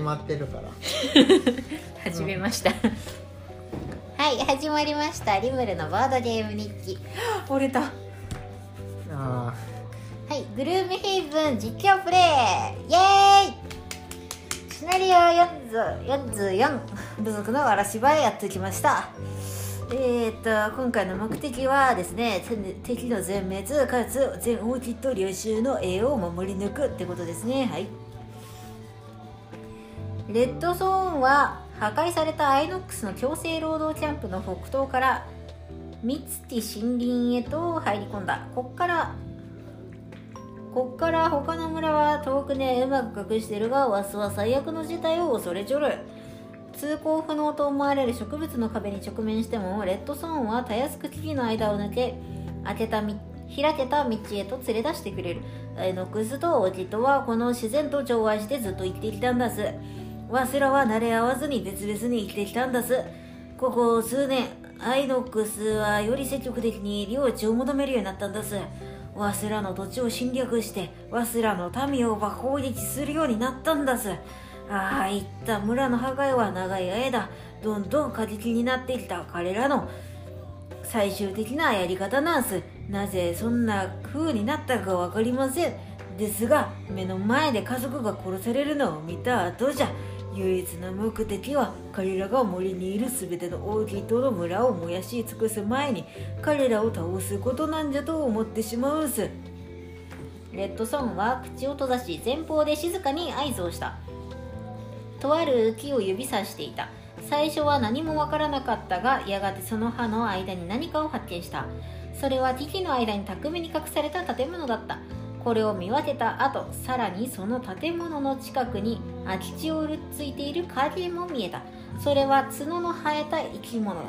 まってるから始めました、はい始まりました。リムルのボードゲーム日記折れた。はい、グルームヘイブン実況プレイイエーイ。シナリオ44部族の嵐場へやってきました。今回の目的はですね、敵の全滅かつ全オーキッド領収の栄を守り抜くってことですね。はい。レッドゾーンは破壊されたアイノックスの強制労働キャンプの北東からミツティ森林へと入り込んだ。こっから他の村は遠くでうまく隠してるが、ワスは最悪の事態を恐れちょる。通行不能と思われる植物の壁に直面しても、レッドゾーンはたやすく木々の間を抜け開けた道へと連れ出してくれる。アイノックスとオーキッドはこの自然と調和してずっと生きてきたんだす。わしらは慣れ合わずに別々に生きてきたんだす。ここ数年アイノックスはより積極的に領地を求めるようになったんだす。わしらの土地を侵略してわしらの民を攻撃するようになったんだす。ああいった村の破壊は長い間どんどん過激になってきた彼らの最終的なやり方なんす。なぜそんな風になったかわかりません。ですが目の前で家族が殺されるのを見た後じゃ、唯一の目的は彼らが森にいる全てのオーキッドの村を燃やし尽くす前に彼らを倒すことなんじゃと思ってしまうんす。レッドソンは口を閉ざし前方で静かに合図をした。とある木を指さしていた。最初は何もわからなかったが、やがてその葉の間に何かを発見した。それは木々の間に巧みに隠された建物だった。これを見分けた後、さらにその建物の近くに空き地をうるついている影も見えた。それは角の生えた生き物だった。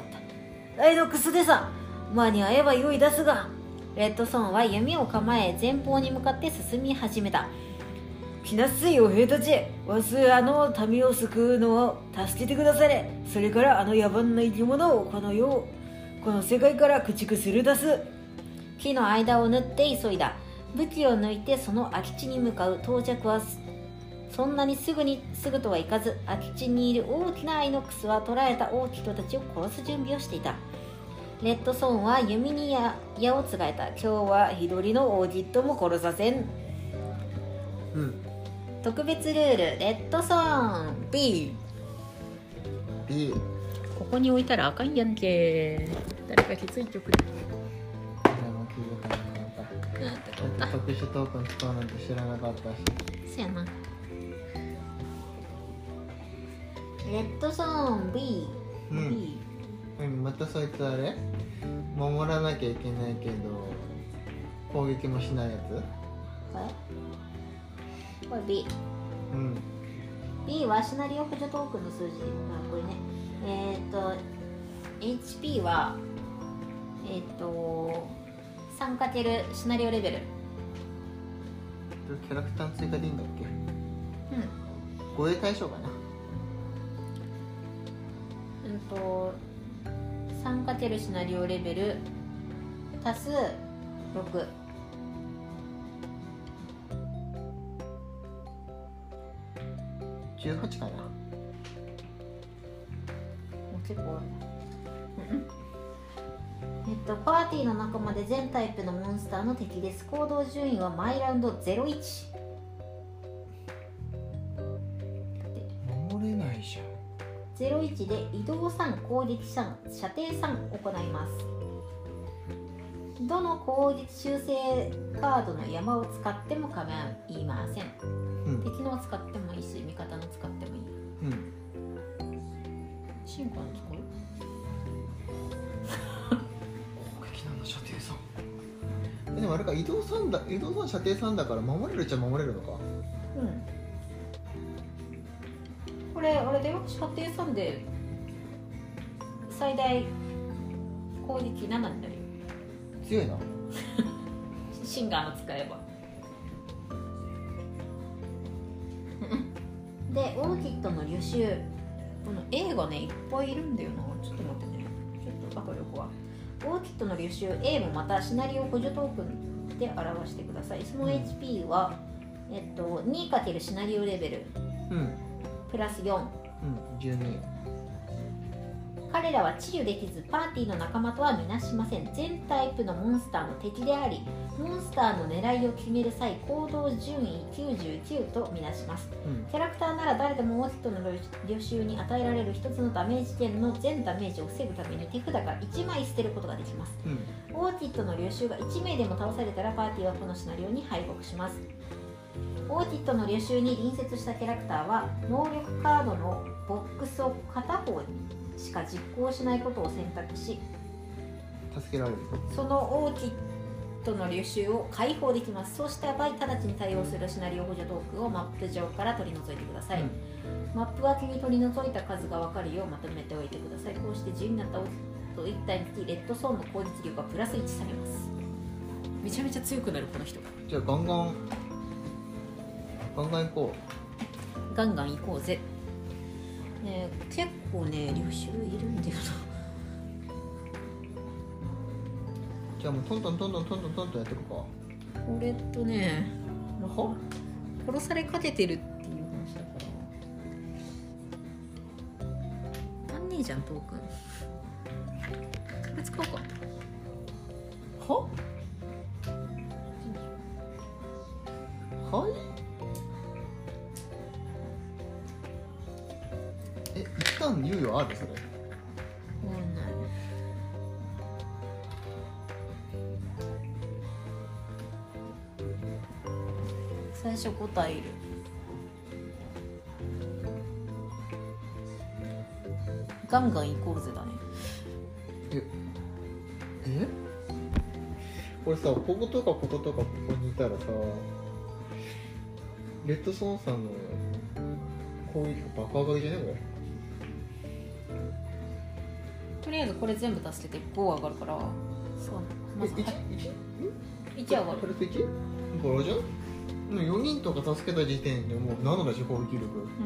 アイノックスでさ、間に合えば用意出すが。レッドソンは弓を構え前方に向かって進み始めた。来なすいお兵たち、わしの民を救うのを助けてくだされ。それから野蛮な生き物をこの世界から駆逐するだす。木の間を縫って急いだ。武器を抜いてその空き地に向かう。到着はそんなにすぐとはいかず、空き地にいる大きなアイノックスは捕らえたオーキッドたちを殺す準備をしていた。レッドソンは弓に矢をつがえた。今日は一人のオーキッドも殺させん。特別ルール、レッドソーン B。 ここに置いたらあかんやんけ。誰か気づいてくれ。 誰も気づかなかった。特殊トークン使うなんて知らなかったし。 そうやな。レッドソーン B。 またそいつあれ守らなきゃいけないけど攻撃もしないやつ。 これ B。B はシナリオ補助トークンの数字。これね。HP は3× シナリオレベル。 キャラクター追加でいいんだっけ。護衛対象かな。 3× シナリオレベル足す6。 18かな。 結構パーティーの仲間で全タイプのモンスターの敵です。行動順位は毎ラウンド01。 守れないじゃん。 01で移動3、攻撃3、射程3行います。どの攻撃修正カードの山を使っても構いません。敵のを使ってもいいし、味方の使ってもいい。進化の使う？ 攻撃なんだ、射程3。でもあれか、移動3射程3だから守れるっちゃ守れるのか。 これあれだよ、射程3で最大攻撃7になるよ。 強いな。 シンガーの使えば。で、オーキッドの履修、この A がねいっぱいいるんだよな。ちょっと待ってね、ちょっと迫力は。オーキッドの履修 A もまたシナリオ補助トークンで表してください。その HP は2× シナリオレベル。 プラス4。 うん、12。 彼らは治癒できずパーティーの仲間とはみなしません。全タイプのモンスターの敵であり、モンスターの狙いを決める際行動順位99とみなします。キャラクターなら誰でもオーキッドの領収に与えられる1つのダメージ点の全ダメージを防ぐために手札が1枚捨てることができます。オーキッドの領収が1名でも倒されたらパーティーはこのシナリオに敗北します。オーキッドの領収に隣接したキャラクターは能力カードのボックスを片方しか実行しないことを選択し、 助けられる。 そのオーキッドの領収を解放できます。そうした場合直ちに対応するシナリオ補助トークンをマップ上から取り除いてください。マップ脇に取り除いた数が分かるようまとめておいてください。こうして10になったオーキッド1体につきレッドソーンの攻撃力がプラス1されます。めちゃめちゃ強くなるこの人が。 じゃあガンガン行こう。ガンガン行こうぜ。結構ね領収いるんだよな。 じゃあもうトントンやっていくか。 これとね、殺されかけてるっていう話だからなんねえじゃんトークン。これ使おうか。 はい。一旦猶予あるそれ。 最初5体いる。ガンガン行こうぜだね。 これさ、こことかこことかここにいたらさ、レッドソンさんの攻撃が爆上がりじゃねこれ。 とりあえずこれ全部足してて5上がるから、そうまず 1上がる。 プラス 1？ これじゃん4人とか助けた時点でもう7だし攻撃力、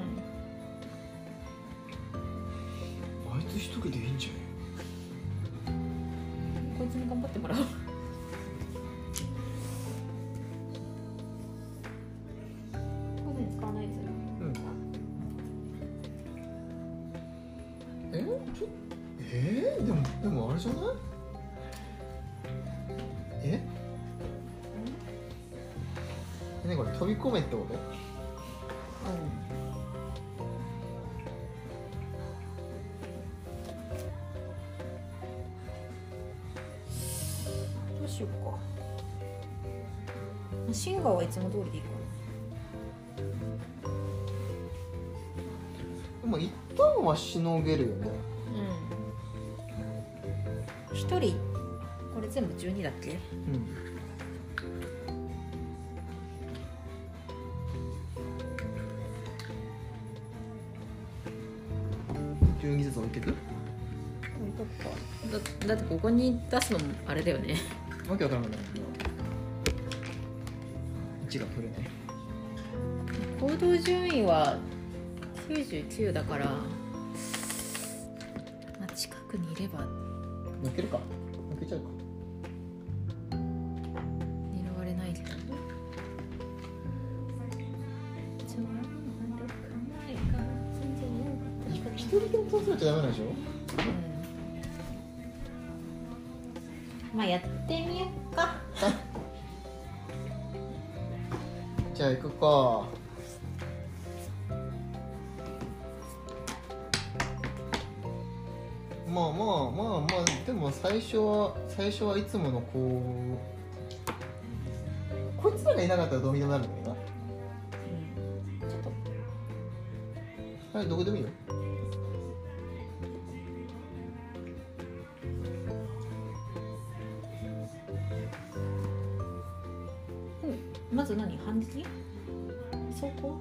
あいつ一人でいいんじゃねえ。こいつに頑張ってもらう。当然使わないですよ。 でもあれじゃない？ね、これ飛び込めってこと？ どうしようか。シンガーはいつも通りでいいかな。でも一旦はしのげるよね。 1人これ全部12だっけ ？12ずつ置いてく？ 置いとくか。だってここに出すのもあれだよね。 わけわからない。1が取れない。 行動順位は99だから、近くにいれば抜けるか。抜けちゃうか。 狙われないけど。 一人でもそうするとダメなんでしょ？ まあやってみようか。 じゃあ行くか。まあでも最初はいつものこいつらがいなかったらどうにでもなるんだけどな。 ちょっとはい、どこでもいいよ。 まず何？反撃？走行？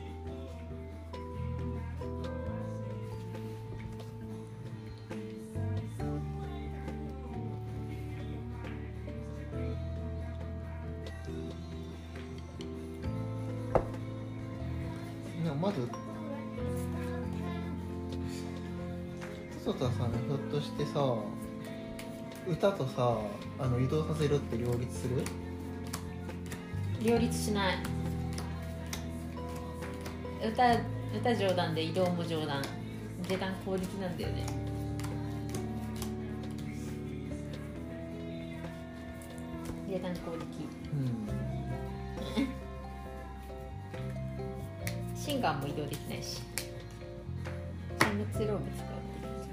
まず細田さん、ひょっとしてさ、歌とさ、移動させるって両立する？ 両立しない。歌歌上段で移動も上段、下段攻撃なんだよね。下段攻撃。シンガーも移動できないし、チャイムツローブ使う。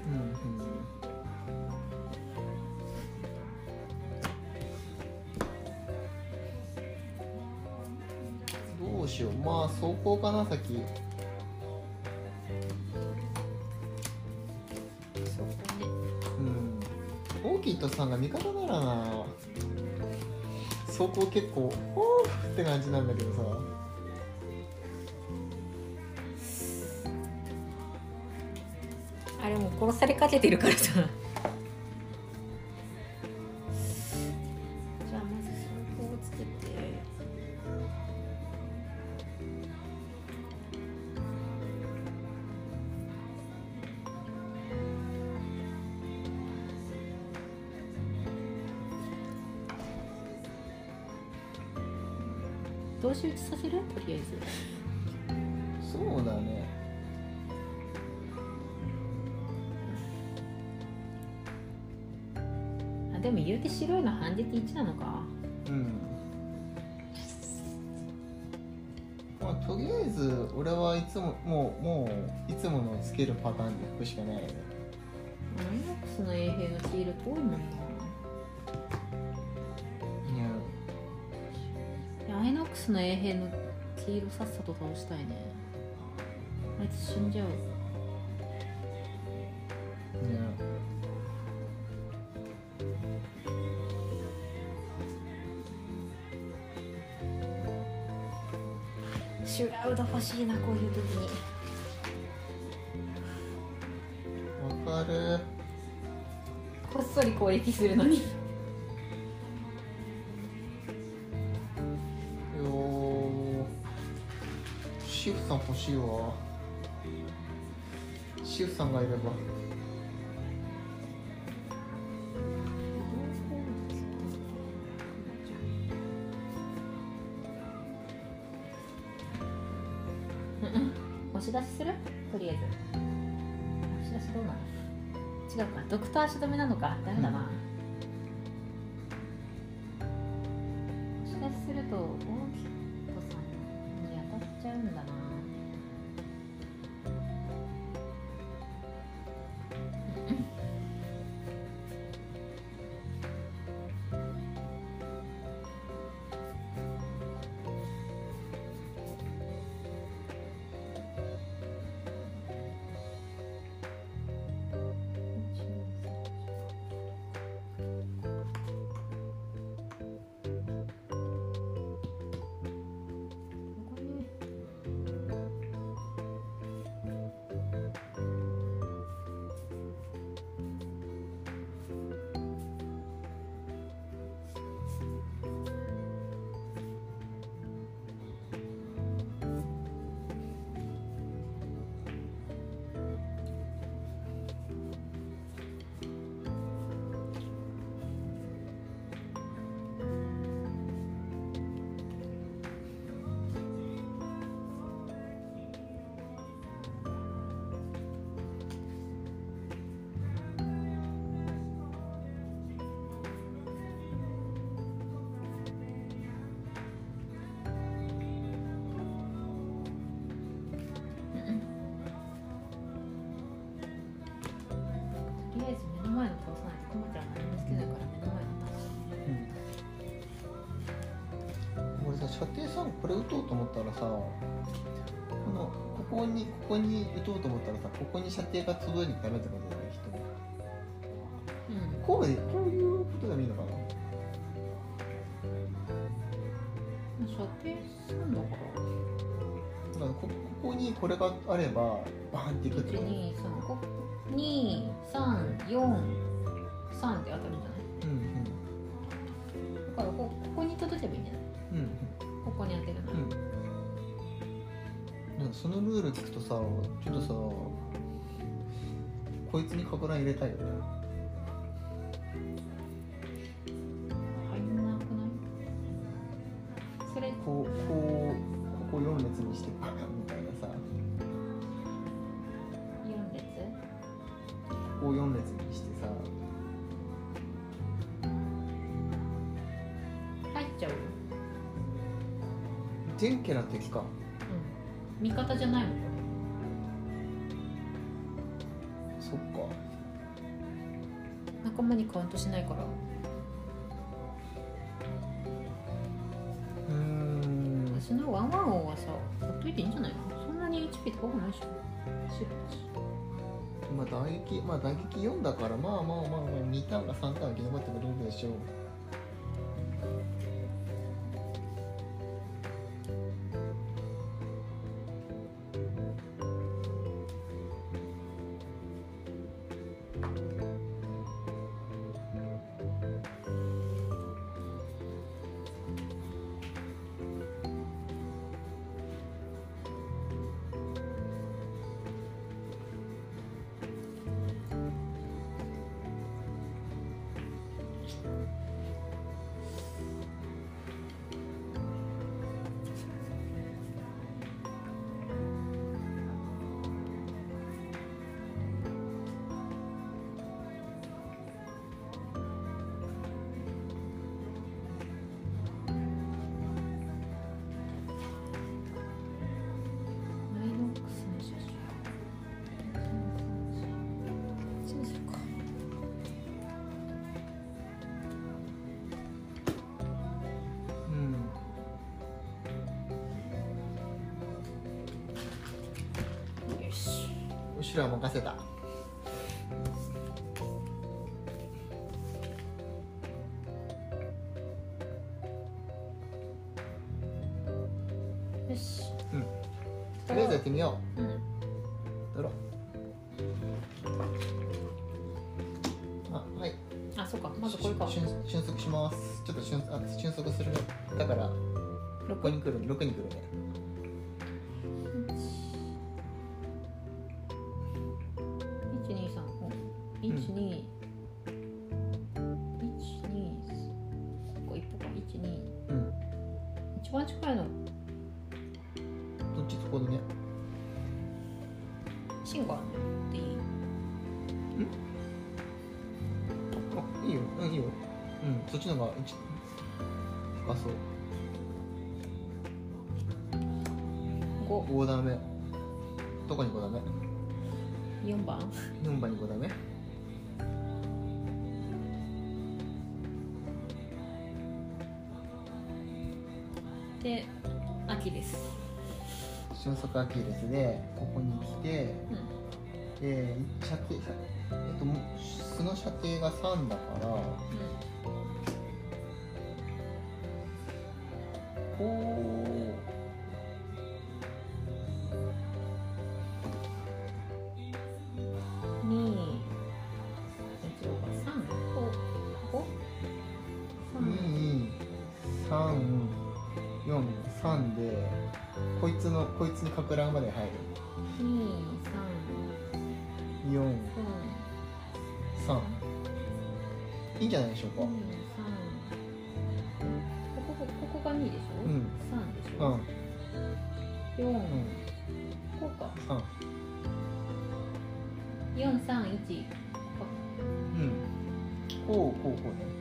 どうしよう。まあ走行かな、先。 そうね。 オーキッドさんが味方ならな。走行結構オーフって感じなんだけどさ。 あれもう殺されかけてるからさ。じゃあまず走行をつけて。同士打ちさせる？とりあえず。 そうだね。 あ、でも言うて白いの半撃1なのか。 まあ、とりあえず俺はいつももういつものつけるパターンで引くしかないよね。 アイノックスの衛兵の黄色遠いもんな。いやアイノックスの衛兵の黄色さっさと倒したいね。あいつ死んじゃう。シュラウド欲しいな、こういう時に。 わかる。 こっそり攻撃するのに。 シフさん欲しいわ。シフさんがいれば。 押し出しする？とりあえず押し出しどうなの？違うか、ドクター足止めなのか。ダメだな、押し出しするとオーキッドさんに当たっちゃうんだな。とりあえず目の前の倒さないとコマちゃん何もつけないから目の前の倒す。 俺さ、射程3これ撃とうと思ったらさ、ここに撃とうと思ったらさ、ここに射程が届いてダメってことだよね、きっとね。こういうことでもいいのかな。 射程3だから。 だからここにこれがあればバーンっていくってこと。 2、3、4、3って当たるんじゃない？だからここに届けばいいんじゃない？ここに当てるな。 なんかそのルール聞くとさ、ちょっとさ、こいつにかぶらん入れたいよね。 入んなくない？それここ4列にしてバカみたいなさ。 こを4列にしてさ、 入っちゃうよ。 全キャラ敵か。 味方じゃないもん。 そっか。 仲間にカウントしないから。私のワンワン王はさ、ほっといていいんじゃないの？そんなに HP 高くないでしょ。 まあ打撃4だから、まあ2ターンか3ターン生き残ってくれるでしょう。後ろは任せた。 よし。 とりあえずやってみよう。ドロー。はい。 あ、そうか。まずこれか。 瞬足します。ちょっと瞬足するね。だから6個に来るね。 一番近いのどっち？そこでね。 シンガーでいい？ あ、いいよ。いいよ。そっちの方が深そう。5ダメ。どこに5ダメ ？4番に5ダメ。 で、アキレス。 瞬足アキレスでここに来て、で射程素の射程が3だから、こう3でこいつにかく乱まで入る。2、3、4、3いいんじゃないでしょうか。 ここが2でしょ。3でしょ。4、こうか。4、3、1。 こうね。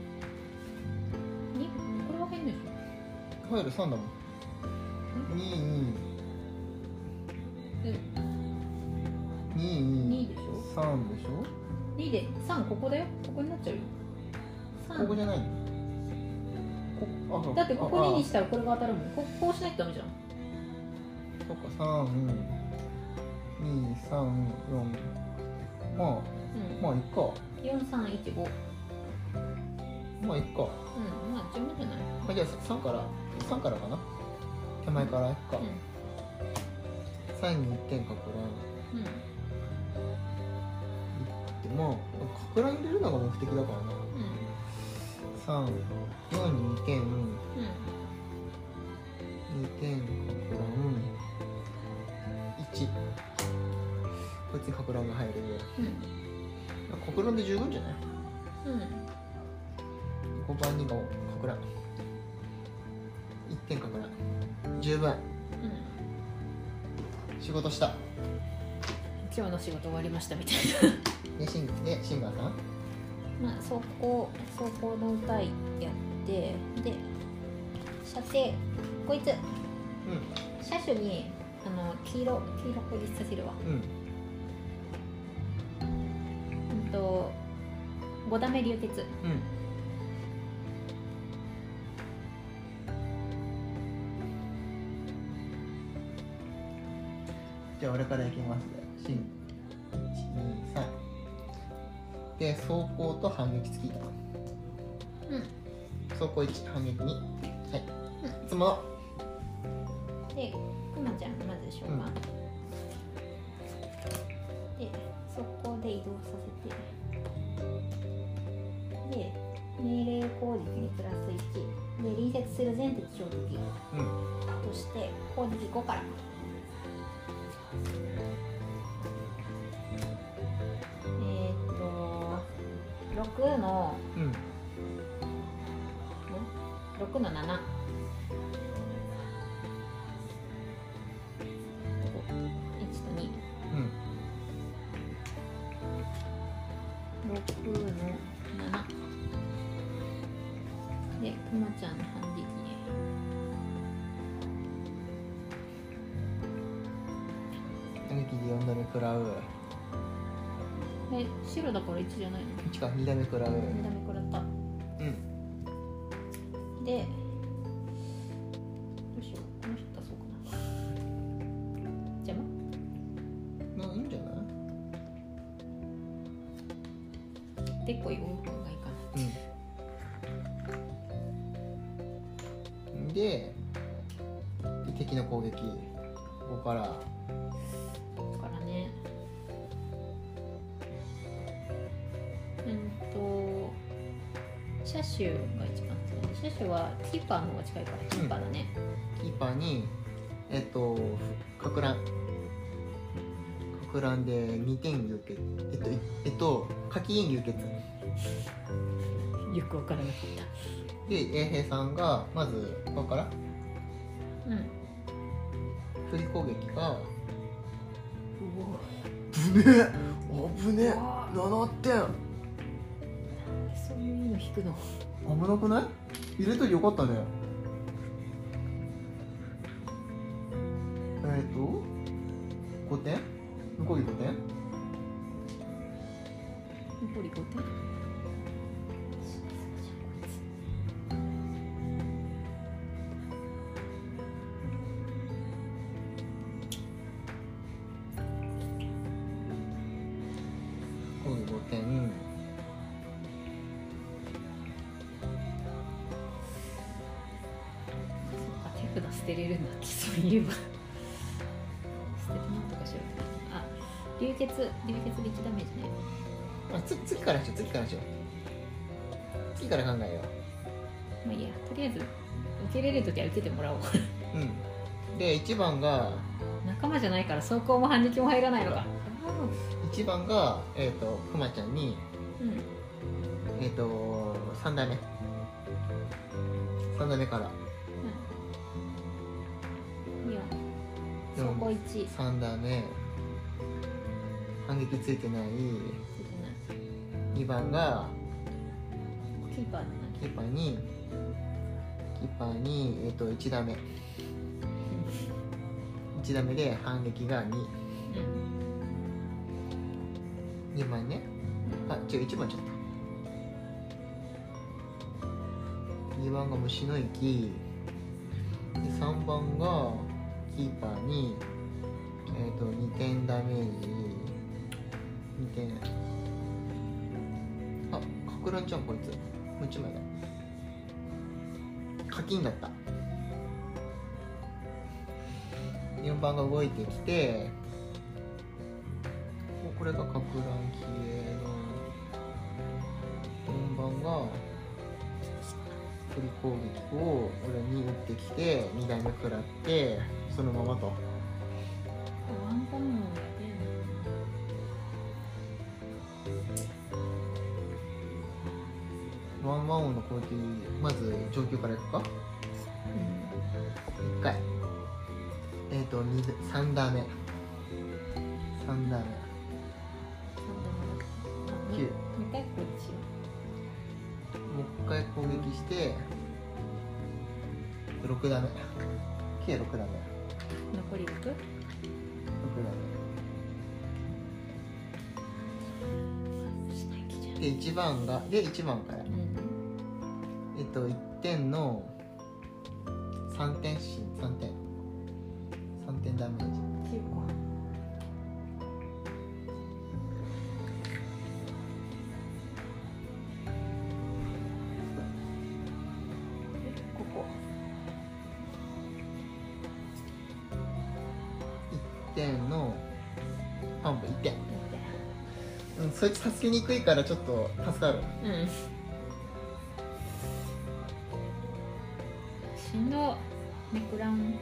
これは変でしょ。入る3だもん。2でしょ。3でしょ。 2で3ここだよ。ここになっちゃうよ。 ここじゃないだってここ2にしたらこれが当たるもん。こうしないとダメじゃん。 そっか。3、2、3、4。まあいっか。 4、3、1、5。 まあいっか。 まあ十分じゃない。 じゃあ3からかな。手前からいっか。3に1点かく乱。まあかく乱入れるのが目的だからな。3、4に2点。2点かく乱。1。こいつにかく乱が入る。かく乱で十分じゃない？5番にかく乱。1点かく乱。十分。仕事した。 今日の仕事終わりましたみたいな。 で、 まあ走行の歌やってで射程こいつ車種に黄色これさせるわ。5ダメ流鉄。 じゃあ俺からいきますね。1、2、3で走行と反撃付きだ。走行1反撃2。はい。つもでくまちゃんまずしょうか。で速攻で移動させてで命令攻撃にプラス1で隣接する全敵標的として攻撃5から。6の6の7。1と2。6の7でくまちゃんの反撃。 反撃で4度目食らう。 白だから1じゃないの 1か2打目食らう。 2打目食らった。でどうしよう、この人出そうかな。邪魔？ いいんじゃない？ でっこい方がいいかな。で敵の攻撃ここからね。車種が一番強い。車種はキーパーの方が近いからキーパーだね。 キーパーにか乱で2点流血。火気流血。 よくわからなかった。 で衛兵さんがまずここから振り攻撃が危ねえ7点。 そういうの引くの危なくない？入れといてよかったね。5点？残り5点？ 残り5点。 残り5点。 手札捨てれるんだって、そういえば捨ててなんとかしろ。あ、流血で1ダメージね。 次からしよう。次から考えよう。まあいいや、とりあえず受けれるときは受けてもらおう。 で1番が仲間じゃないから走行も反撃も入らないのか。 1番がくまちゃんに3代目から走行1。 3打目反撃ついてない。2番がキーパーに1打目1打目で反撃が2。2番ね。1番ちゃった。2番が虫の息で3番がキーパーに2点ダメージ2点。かく乱ちゃんこいつもう1枚だ。課金だった。4番が動いてきてこれがかく乱消えの4番が振り攻撃を俺に打ってきて2台目食らってそのままと。 ワンパンもやワンワン王の攻撃まず上級からいくか。1回3打目9。 2回こっち。 一回攻撃して6ダメ、計6ダメ、 残り 6？ 6ダメで1番がで1番から、1点の3点ダメージ。 ここ 1点の半分1点。そいつ助けにくいからちょっと助かる。 しんど。ネクラン。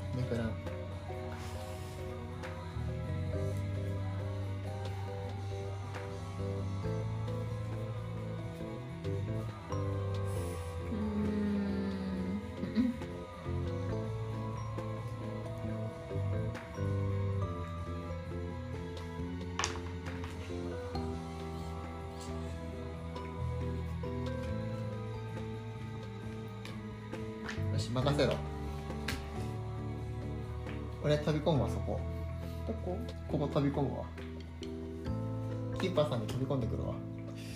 よし、任せろ。俺飛び込むわ、そこ。 どこ？ ここ飛び込むわ。キーパーさんに飛び込んでくるわ。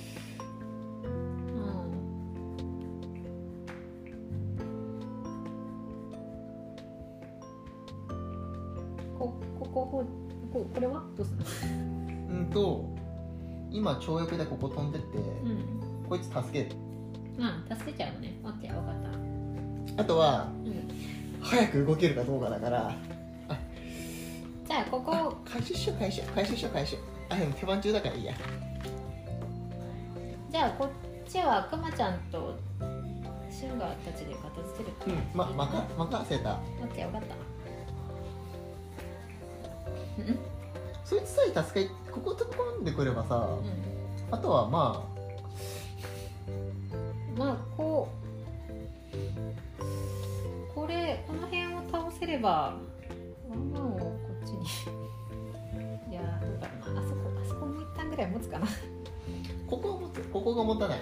これはどうするの？ 今跳躍でここ飛んでって、こいつ助ける。 助けちゃうのね。オッケー、分かった。 あとは、早く動けるかどうかだから。 じゃあここ回収しよう。でも手番中だからいいや。 じゃあこっちはクマちゃんとシュガーたちで片付けるから。 任せた。 オッケー、分かった。 そいつさえ助け、ここ飛び込んでくればさ、あとはこの辺を倒せればワンワンをこっちにいやー、どうだろうな。あそこもう一旦ぐらい持つかな。 ここは持つ、ここが持たない。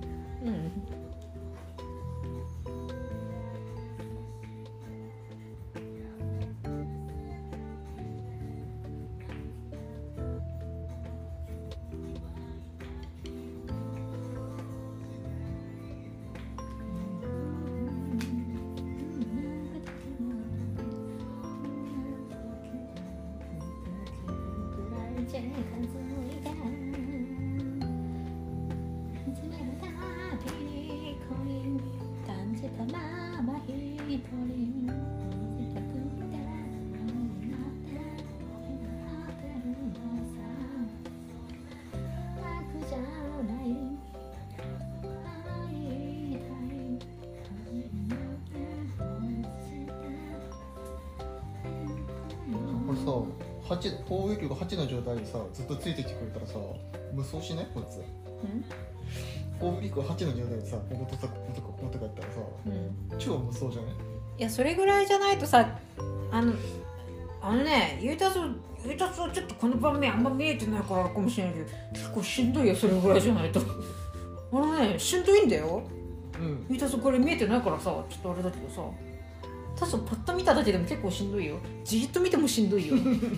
攻撃力8の状態でさ、ずっとついてきてくれたらさ、無双しないこいつ。攻撃力8の状態でさ、こことかやったらさ、超無双じゃない？ いや、それぐらいじゃないとさ、あのね、ユータスはちょっとこの盤面あんま見えてないからかもしれないけど、結構しんどいよ、それぐらいじゃないと。しんどいんだよ。ユータスこれ見えてないからさ、ちょっとあれだけどさ、パッと見ただけでも結構しんどいよ。じーっと見てもしんどいよ。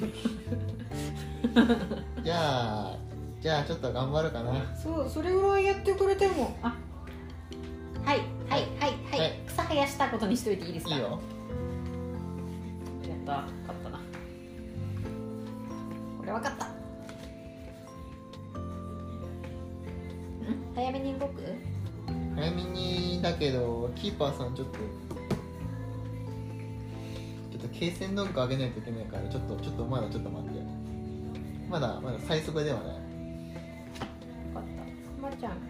じゃあちょっと頑張るかな。 それぐらいやってくれても。はい、草生やしたことにしといていいですか？ いいよ。 やった、勝ったな。これ分かった。早めに動く？ 早めにだけど、キーパーさんちょっと継戦能力上げないといけないから、ちょっとまだちょっと待って。まだ最速ではない。 分かった。くまちゃんの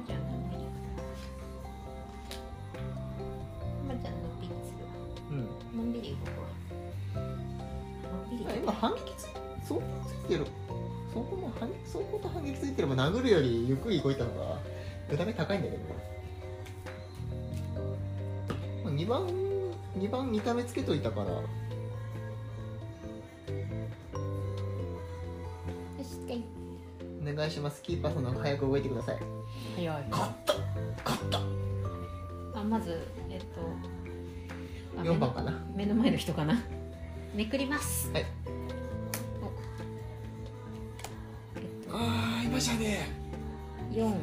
びりする。のんびり動くわ。 今反撃走行ついてる。走行と反撃ついてれば殴るよりゆっくり動いたのがダメ高いんだけど、2番見た目つけといたから。よし、 お願いします。キーパーさんの早く動いてください。 早い。 勝ったあ、まず 4番かな。 目の前の人かな。めくります。 はい。ああ今じゃね 4、 え。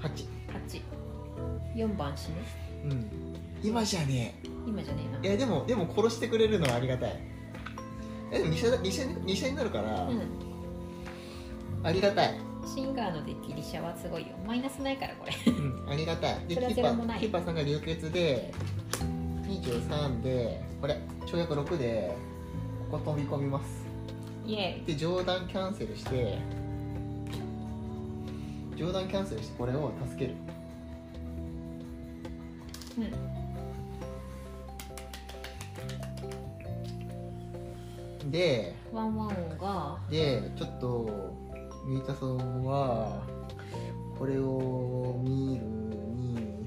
8、4番死ね。 今じゃね今じゃねえな。 え。いやでも殺してくれるのはありがたい。でも2社になるから、ありがたい。 シンガーのデッキリシャはすごいよ。マイナスないからこれ。 ありがたい。でキそれはゼロもないーパーさんが流血で23でこれ跳躍6でここ飛び込みます。 イエーイ。 で上段キャンセルしてこれを助ける。でワンワン王がちょっとミータソンはこれを見るに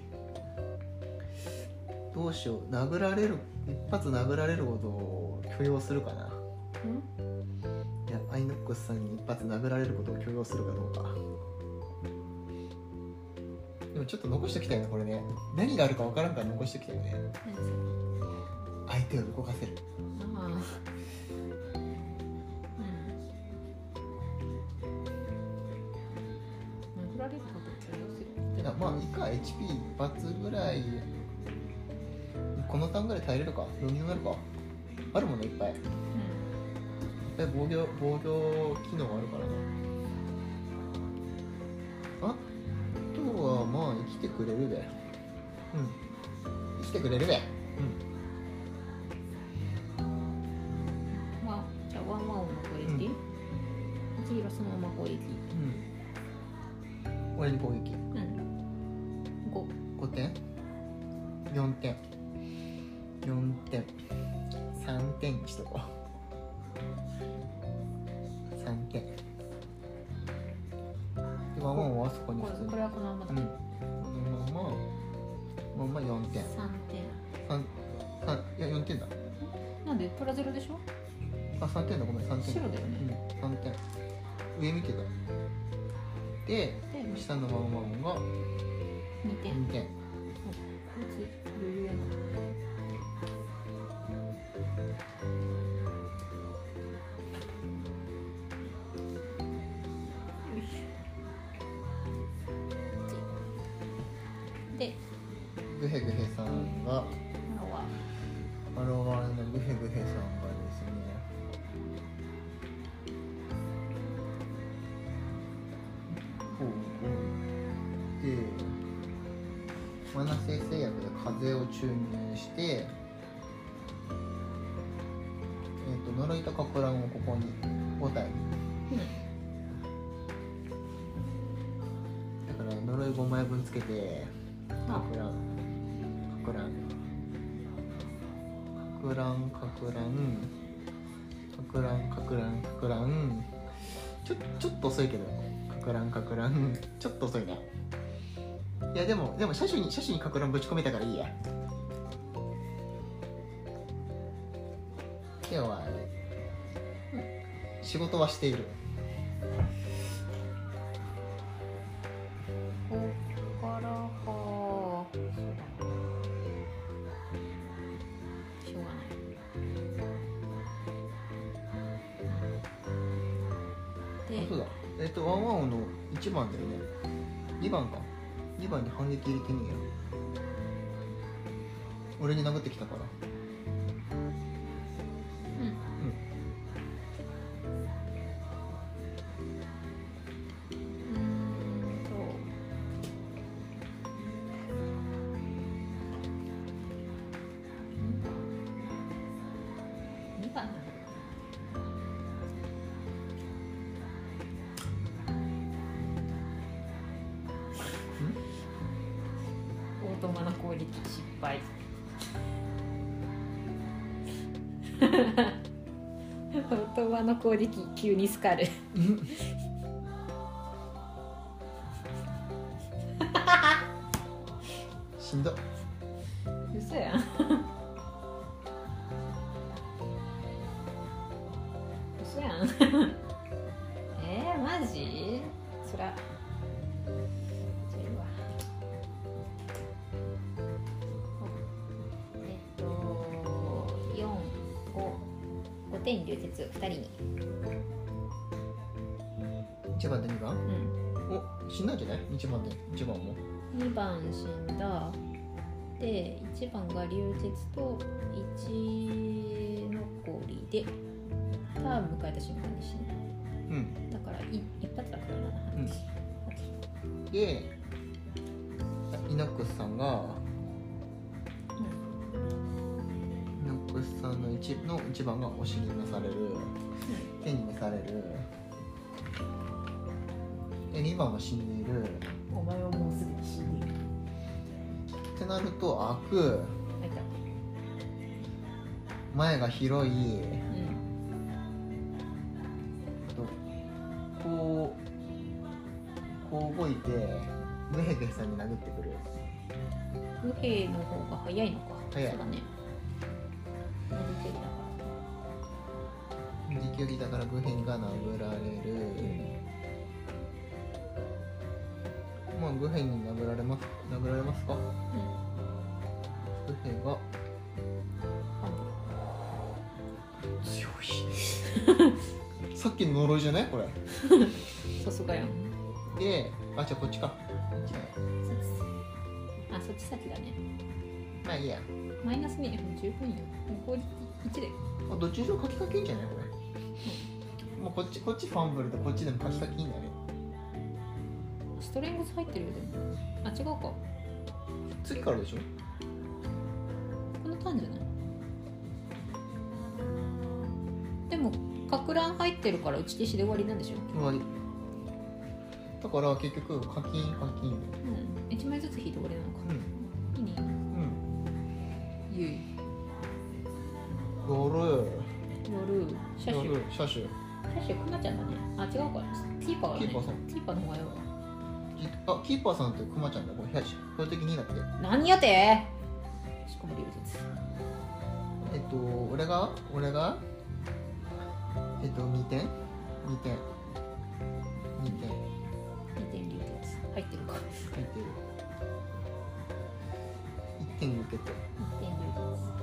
どうしよう。一発殴られることを許容するかな。いやアイノックスさんに一発殴られることを許容するかどうか。でもちょっと残しておきたいなこれね。何があるか分からんから残しておきたいよね。相手を動かせる。 殴られることを許容する。 いやまあ以下 HP 一発ぐらいこのターンぐらい耐えれるか。どうにもなるか。あるものいっぱい。防御機能あるからな。あとはまあ生きてくれるべ。生きてくれるべ。 まあじゃあワンワン王の攻撃。黄色そのまま攻撃。 俺に攻撃。5点4点3点にしとこう。3点でワンワンはそこに普通にこれはこのままだ。 このまま4点。 3点。 いや4点だ。 なんでプラゼロでしょ。 あ3点だ。ごめん3点。 白だよね。 3点。上見てた。で下のワンワンが 2点。 2点。 こいつ余裕やな。でグヘグヘさんがアロワのグヘグヘさんがですねでマナ生成薬で風を注入して呪いとかく乱をここに5体だから呪い5枚分つけてかく乱ちょっと遅いけどかく乱ちょっと遅いな。いやでも車種にかく乱ぶち込めたからいいや。今日は仕事はしている。 ここからかしょうがない。でそうだワンワンの1番だよね。2番か。2番に反撃入れてみよう。俺に殴ってきたから。 オートマの攻撃失敗。オートマの攻撃急にスカル。 しんど。 嘘やん。嘘やん。マジ？そすら5点流鉄2人に。 1番と2番、 うん、 お、死んだんじゃない？ 1番も 2番死んだ。で1番が流鉄と1残りでターン迎えた瞬間に死ぬ。 うん、 だから一発だからうん、でイノックスさんが、イノックスさんの 1番がお尻に召される、手に召される。で2番は死んでいる。 お前はもうすでに死んでいるってなると開く、前が広い、こう動いてムヘゲさんに殴ってくる。 右兵の方が早いのか。 早い。 そうだね。 同じ距離だからグヘンが殴られる。まあグヘンに殴られますか？グヘンが強い。さっきの呪いじゃないこれ。 さすがやん。 で、あ、じゃあこっちか。 あ、そっち先だね。 まあいいや。 マイナス2十分よ。効率1で。 あ、どっちにしろ書きかけんじゃないこれ。もうこっちファンブルでこっちでも書きかけいいんだね。 ストレングス入ってるよでも。あ、違うか。 次からでしょ。 このターンじゃない。でもかく乱入ってるから打ち消しで終わりなんでしょ。 終わり。だから結局課金。 うん。1枚ずつ引いて終わりなのか。いいね。ゆい。 夜。 車種クマちゃんだね。あ、違うか。キーパーだね。キーパーの方がよ。 あ、キーパーさんってクマちゃんだ。これ標的になって。 何やってしかも流鉄。 俺が2点流鉄入ってるか。 入ってる。1点受けて。 1点流鉄。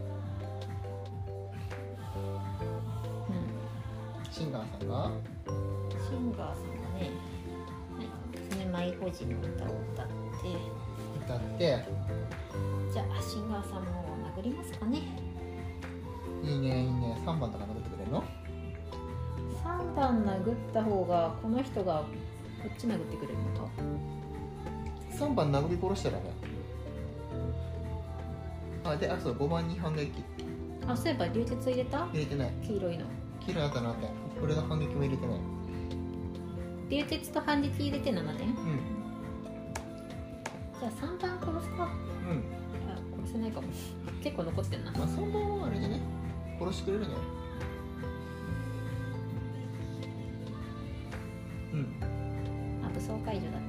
シンガーさんがね、常舞保持の歌を歌ってじゃあシンガーさんも殴りますかね。 いいね。3番とか殴ってくれるの ？3番殴った方がこの人がこっち殴ってくれるのか。 3番殴り殺したらね。あ、で、あ、そう、5番に反撃。 あ、そういえば流鉄入れた？ 入れてない。 黄色いのあったなって。これが反撃も入れてない。 流鉄と反撃入れて7点。 うん。 じゃあ3番殺すか。あ、殺せないかも。結構残ってんな。 まあ3番はあれでね、殺してくれるね。 あ、武装解除だって。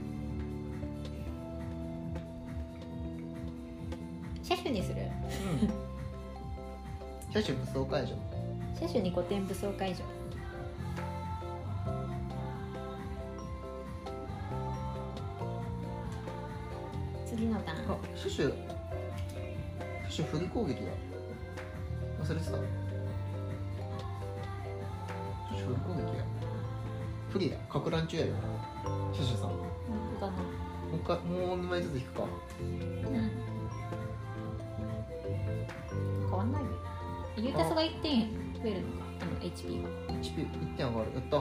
車種にする。 車種武装解除。 車種に5点武装解除。次のターン。 あ、車種不利攻撃だ。忘れてた。車種不利攻撃や。不利だ。かく乱中やよ。車種さん。 本当だな。 もう2枚ずつ引くか。 変わんないよ。ユータスが1点増えるのか。HP が。 HP 1点上がる。やった。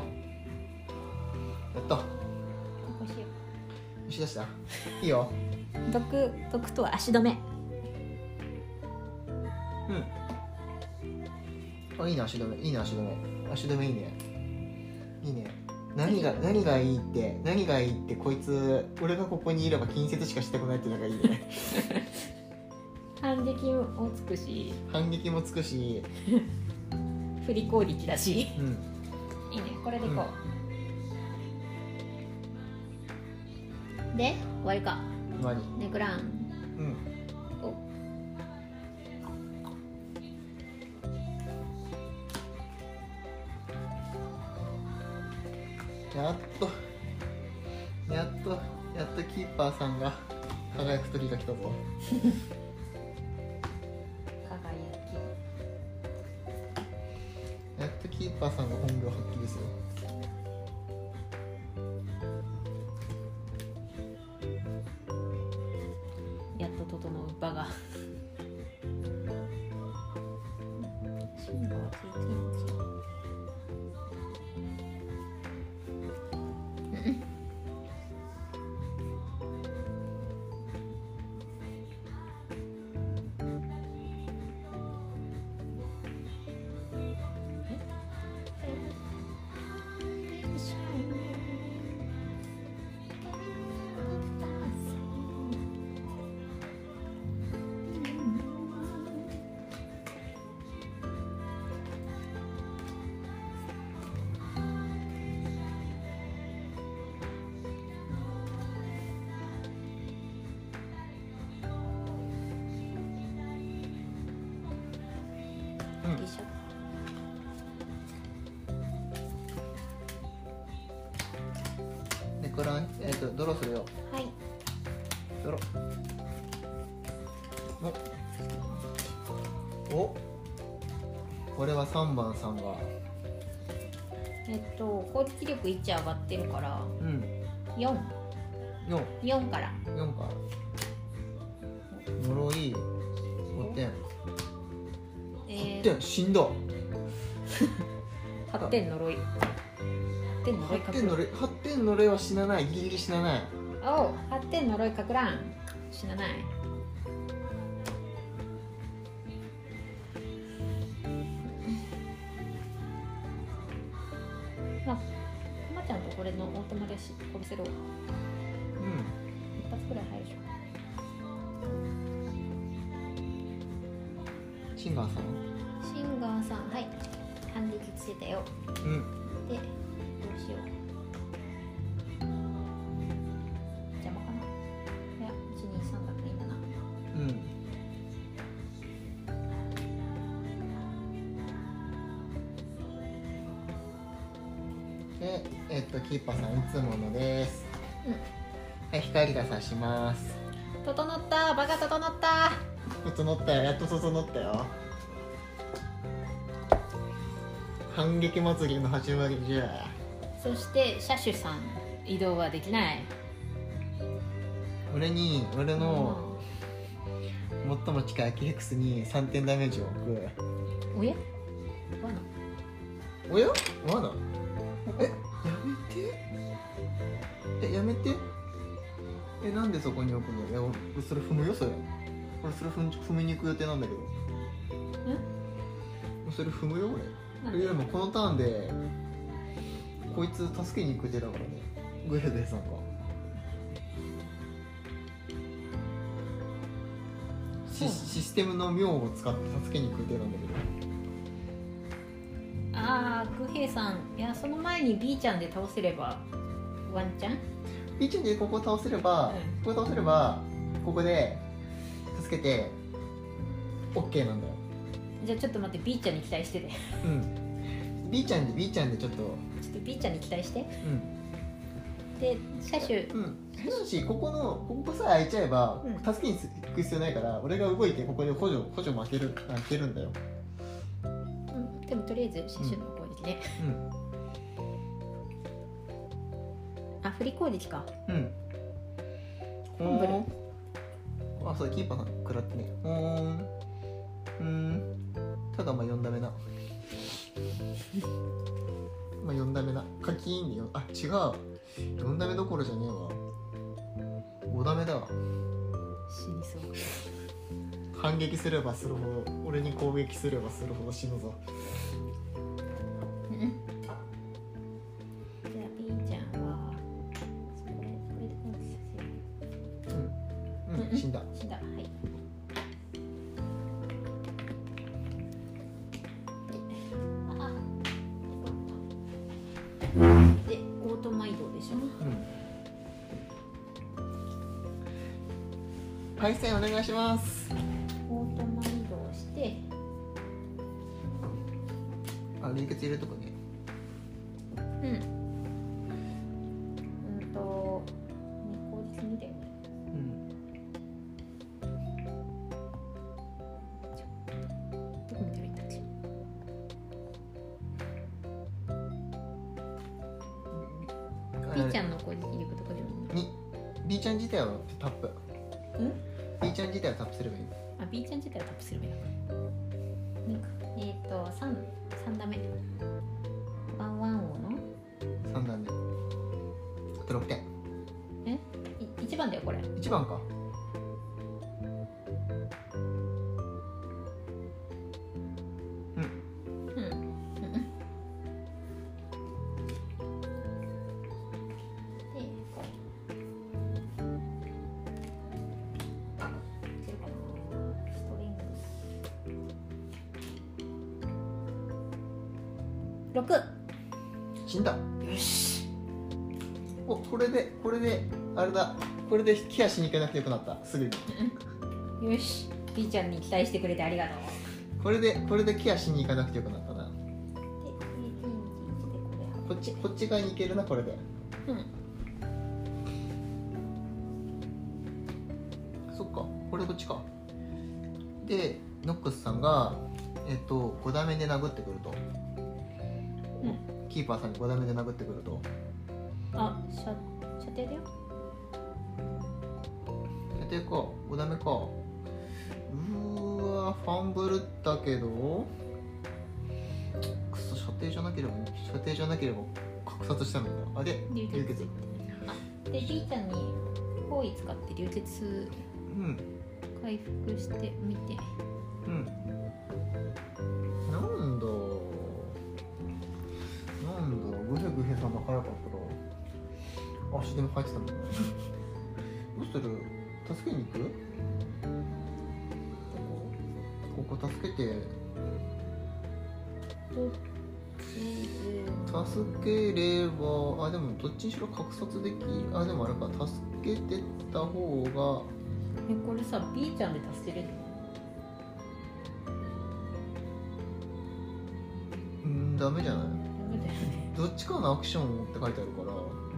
こうしよう。押し出した。いいよ。 毒とは足止め。 あ、いいね、足止めいいね。何がいいってこいつ俺がここにいれば近接しかしたくないっていうのがいいね。 反撃もつくし振り攻撃だし、いいね。これでこうで終わりか。 終わり。 ネクラン。 やっとやっとキーパーさんが輝く時が来たぞ。やっとキーパーさんが本領発揮ですよ。 やっと整う場が。進路は経験値。 でこれはドローするよ。 はい。 ドロおこれは3番さんが攻撃力1上がってるからうん 4 4 からか呪い5点8点死んだ。 8点呪い 8点呪いは死なない。ギリギリ死なない。 おう8点呪いかくらん。死なない。まあくまちゃんとこれのオートマで殺せる。一発くらい入るでしょ。 シンガーさんはい反撃してたよ。でどうしよう。邪魔かな。いや123だからいいんだな。 でキーパーさんいつものです。はい光が差します。 整った。場が整った。 整ったよ。やっと整ったよ。反撃祭りの始まりじゃ。 そして車種さん移動はできない。 俺の最も近いアキレクスに3点ダメージを置く。 おやおや罠やめてなんでそこに置くの。いや俺それ踏むよ。それ踏みに行く予定なんだけど。それ踏むよ俺。いやもうこのターンでこいつ助けに行く手だからね。グレーデさんがシステムの妙を使って助けに行く手なんだけど。 ああグヘイさん。いやその前に B ちゃんで倒せればワンチャン B ちゃんでここ倒せれば、ここで助けて OK なんだよ。 じゃあちょっと待って B ちゃんに期待してて。 B ちゃんでちょっと B ちゃんに期待して。で車種変だし、ここさえ開いちゃえば、助けに行く必要ないから、俺が動いてここで補助負けるんだよ。 でもとりあえず車種の攻撃ね。あ振り攻撃か。あそうキーパーさん食らってね。ただ4ダメな。4ダメな。カキーンであ違う。4ダメどころじゃねえわ。5ダメだわ。 死にそう。 反撃すればするほど、俺に攻撃すればするほど死ぬぞ。 じゃあ B ちゃんはこれで攻撃させる。 死んだ。 はい。でオートマ移動でしょ。 対戦お願いします。 オートマ移動して流血入れるとこね。 ーちゃんの攻撃力とかでもいいの？ B ちゃん自体はタップ。 ん B ちゃん自体はタップすればいい。 あ、B ちゃん自体はタップすればいいのか。3ダメ。ワンワン王の 3段目。あと6点。 1番だよこれ。 1番か。 6。 死んだ。 よし。 お、これであれだ。これでケアしに行かなくてよくなった。すぐに。 よし。B ちゃんに期待してくれてありがとう。 これでケアしに行かなくてよくなったな。こっち側に行けるな、これで。そっか、これこっちか。でノックスさんが5打目で殴ってくると、キーパーさんに5打目で殴ってくると。 あ、射程だよ。 射程か、5打目か。ファンブルったけど、くそ、射程じゃなければ格殺したのにな。あれ流血。 あ、で B ちゃんに包囲使って流血回復してみて。 なんだグヘグヘさんが早かったら足でも入ってたんだね。どうする？助けに行く？ここ助けて。助ければ、でもどっちにしろ格殺できる。でもあれか、助けてた方が。 これさ B ちゃんで助けれるの？ダメじゃない？ ダメだよね。 どっちかのアクションって書いてあるから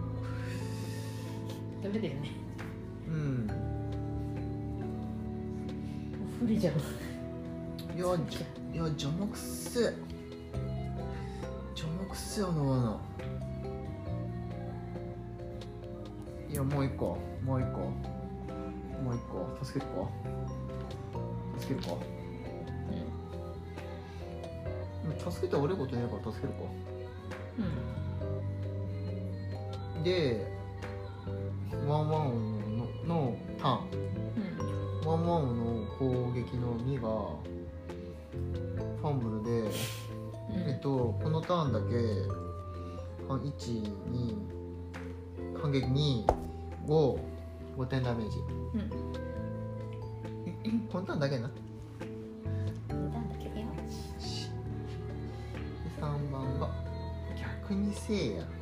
ダメだよね。不利じゃん。 いや邪魔くせあの罠。いや、もう一個助けるか。助けて悪いことねえから助けるか。でワンワン王のターン、ワンワン王の攻撃の2がファンブルで、このターンだけ1、2反撃2、5点ダメージ。このターンだけな。3番が逆にせえや。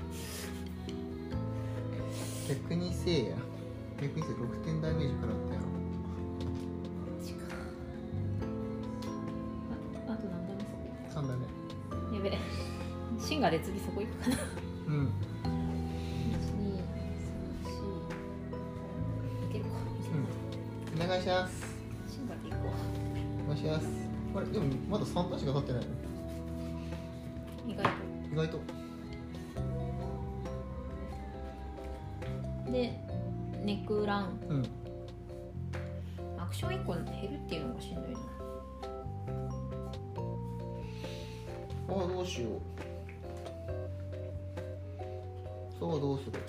逆に6点ダメージ食らったよ。 あと何ダメそこ？ 3ダメ。 やべえ。シンガで次そこ行くかな。1、2、3、4いけるか。 お願いします。 シンガで行こお願いします。あれでもまだ3ターンしか経ってないの？意外と。でネクラン、アクション1個減るっていうのがしんどいな。どうしよう。そうどうする？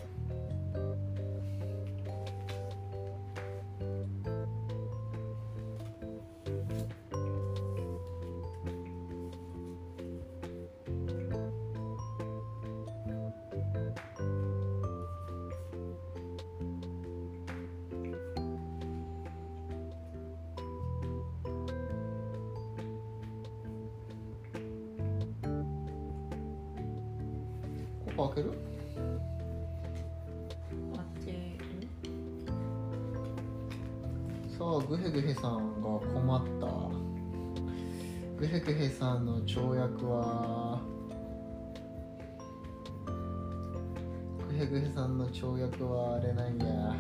ここ開ける？さあ、グヘグヘさんが困った。グヘグヘさんの跳躍はあれなんや。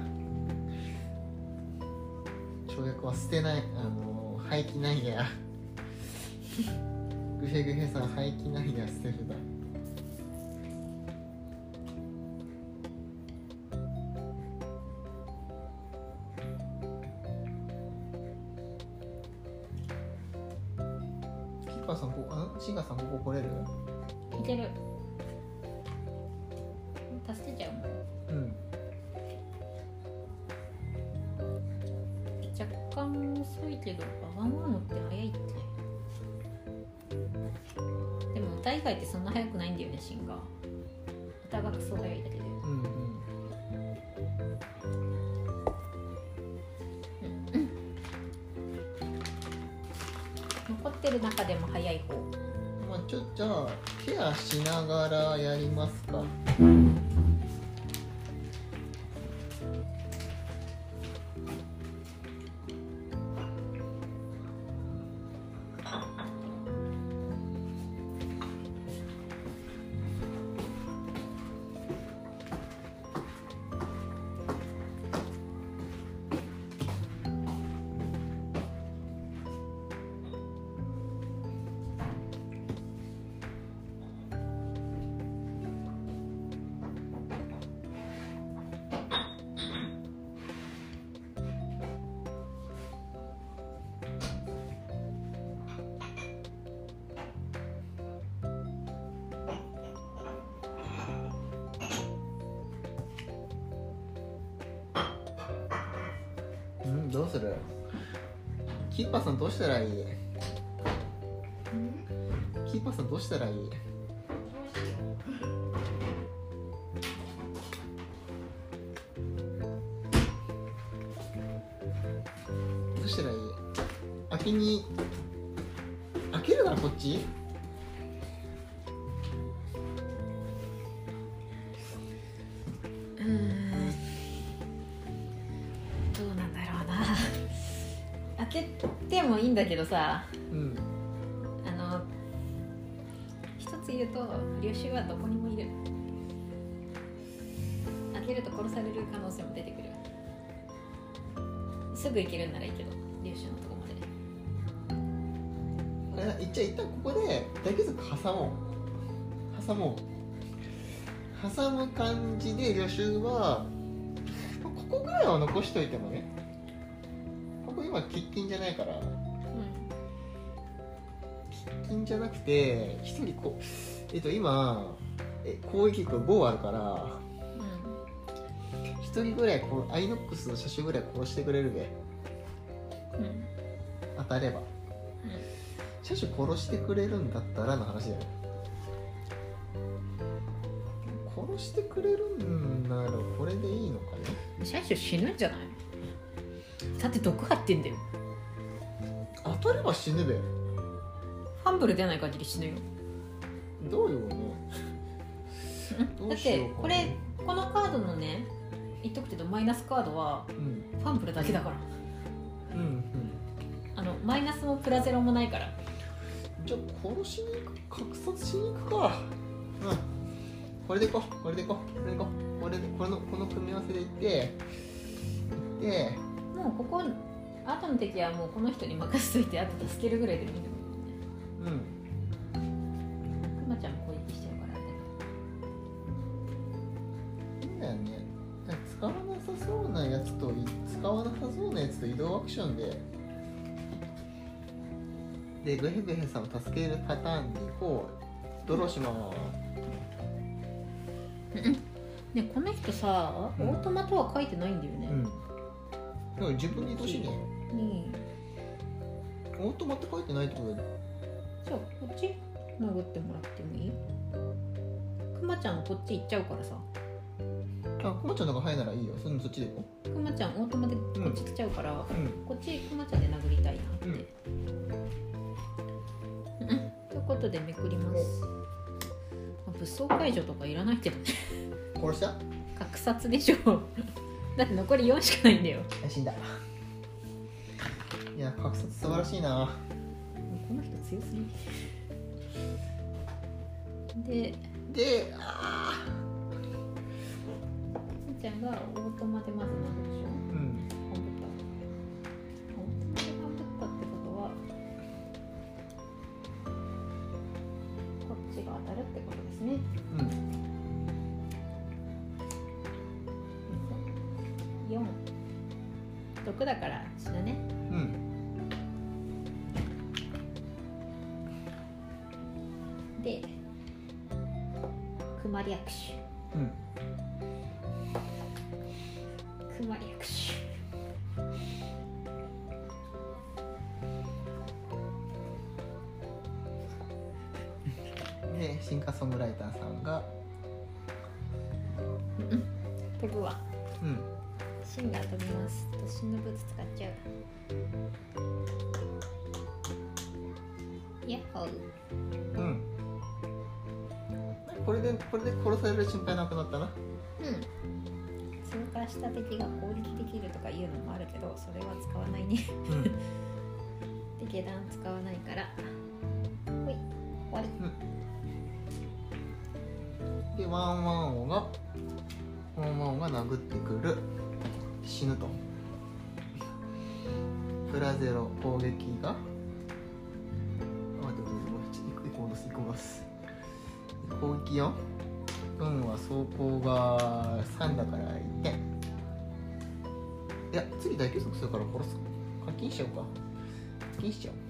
跳躍は捨てない、廃棄なんや。グヘグヘさん廃棄なんや、捨てるだ。 パさんシガさんここ来れる？ いける。助けちゃうもん。 うん。 若干遅いけどワンワンのって早いって。でも歌以外ってそんな早くないんだよね、シンが。歌がクソ早いだけで。 うんうん。 残ってる中でも早い方。 まあじゃあケアしながらやりますか。どうする？キーパーさんどうしたらいい？キーパーさんどうしたらいい？どうしたらいい？開けるからこっち？ どうなんだろうな。開けてもいいんだけどさ、一つ言うと領収はどこにもいる。開けると殺される可能性も出てくる。すぐ行けるんならいいけど、領収のとこまで。 一旦ここでだけずつ挟む感じで領収はここぐらいは残しといてもね。ここ今喫緊じゃないから、喫緊じゃなくて一人今攻撃力5あるから、一人ぐらいアイノックスの車種ぐらい殺してくれるべ、当たれば、車種殺してくれるんだったらの話だよね。殺してくれるんならこれでいいのかね。 車種死ぬんじゃない？だって毒張ってんだよ。 当たれば死ぬべ。 ファンブル出ない限り死ぬよ。 どうよね。 だってこのカードのね、言っとくけどマイナスカードはファンブルだけだから、マイナスもプラゼロもないから。 じゃあ殺しに行く、格殺しに行くか。これでいこう、この組み合わせでいってもうここ後の敵はもうこの人に任せといて、あと助けるぐらいでもいいんだもんね。くまちゃんも攻撃しちゃうからいいんだよね。使わなさそうなやつと移動アクションでグヘグヘさんを助けるパターンでドローします。 ね、この人さ、オートマとは書いてないんだよね。 だから自分に移動しね。オートマって書いてないってことだよ。 じゃあこっち殴ってもらってもいい？くまちゃんこっち行っちゃうからさ。 くまちゃんの方が早いならいいよ。そっちで行こう。 くまちゃんオートマでこっち来ちゃうから、こっちくまちゃんで殴りたいなって。ということでめくります。武装解除とかいらないけどね。 殺した？ 格殺でしょ。だって残り4しかないんだよ。 死んだ。いや、格殺素晴らしいな。 この人強すぎ。 で、 ちゃんがオートマでまず殴るでしょ。ハンブったってことはこっちが当たるってことですね。4毒だから死ぬね。 で熊略手、 うん熊略手でシンガーソングライターさんが飛ぶわ。 うんシンガー飛びます。突進のブーツ使っちゃう。ヤッホー。 うんこれで殺される心配なくなったな。 通過した敵が攻撃できるとかいうのもあるけど、それは使わないね。 うんで下段使わないからほい終わり。 でワンワン王が殴ってくる。死ぬと。プラゼロ攻撃が1個戻す。攻撃4。運は走行が3だから1点。いや次大休息するから殺す。課金しちゃおうか。課金しちゃおう。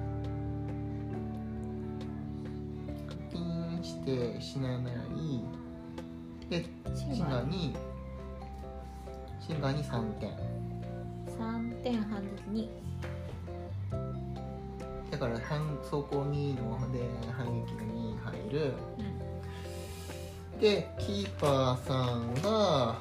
課金して死なない。でシンガーに3点。 3点反撃にだから走行2ので反撃が2入る。でキーパーさんが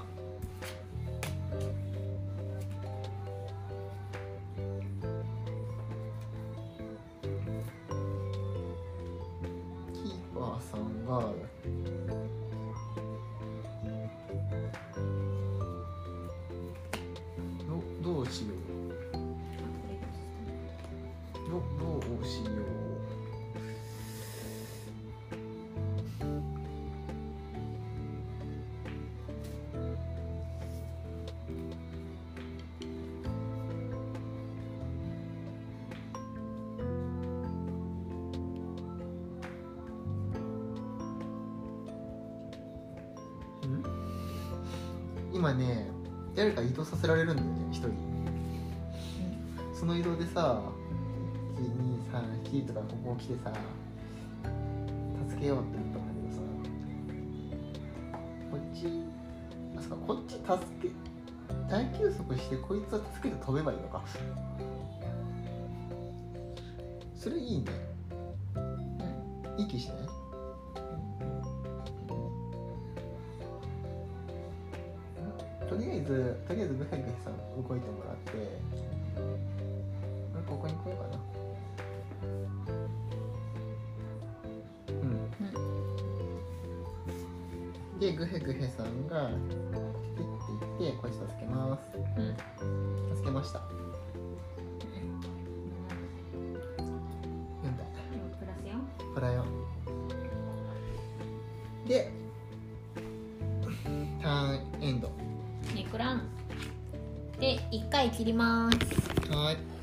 どうしよう。どうしよう。今ね、誰か移動させられるんだよね、一人。その移動でさ、1、2、3、4とかここ来てさ、助けようって言ったんだけどさ、こっち助け、大休息してこいつは助けて飛べばいいのか。それいいね。いい気しない？とりあえずグヘグヘさん動いてもらって、ここに来ようかな。でグヘグヘさんがピッていってこいつ助けます。助けました。4台。プラ4。でターンエンド。 ネクランで1回切ります。 はい。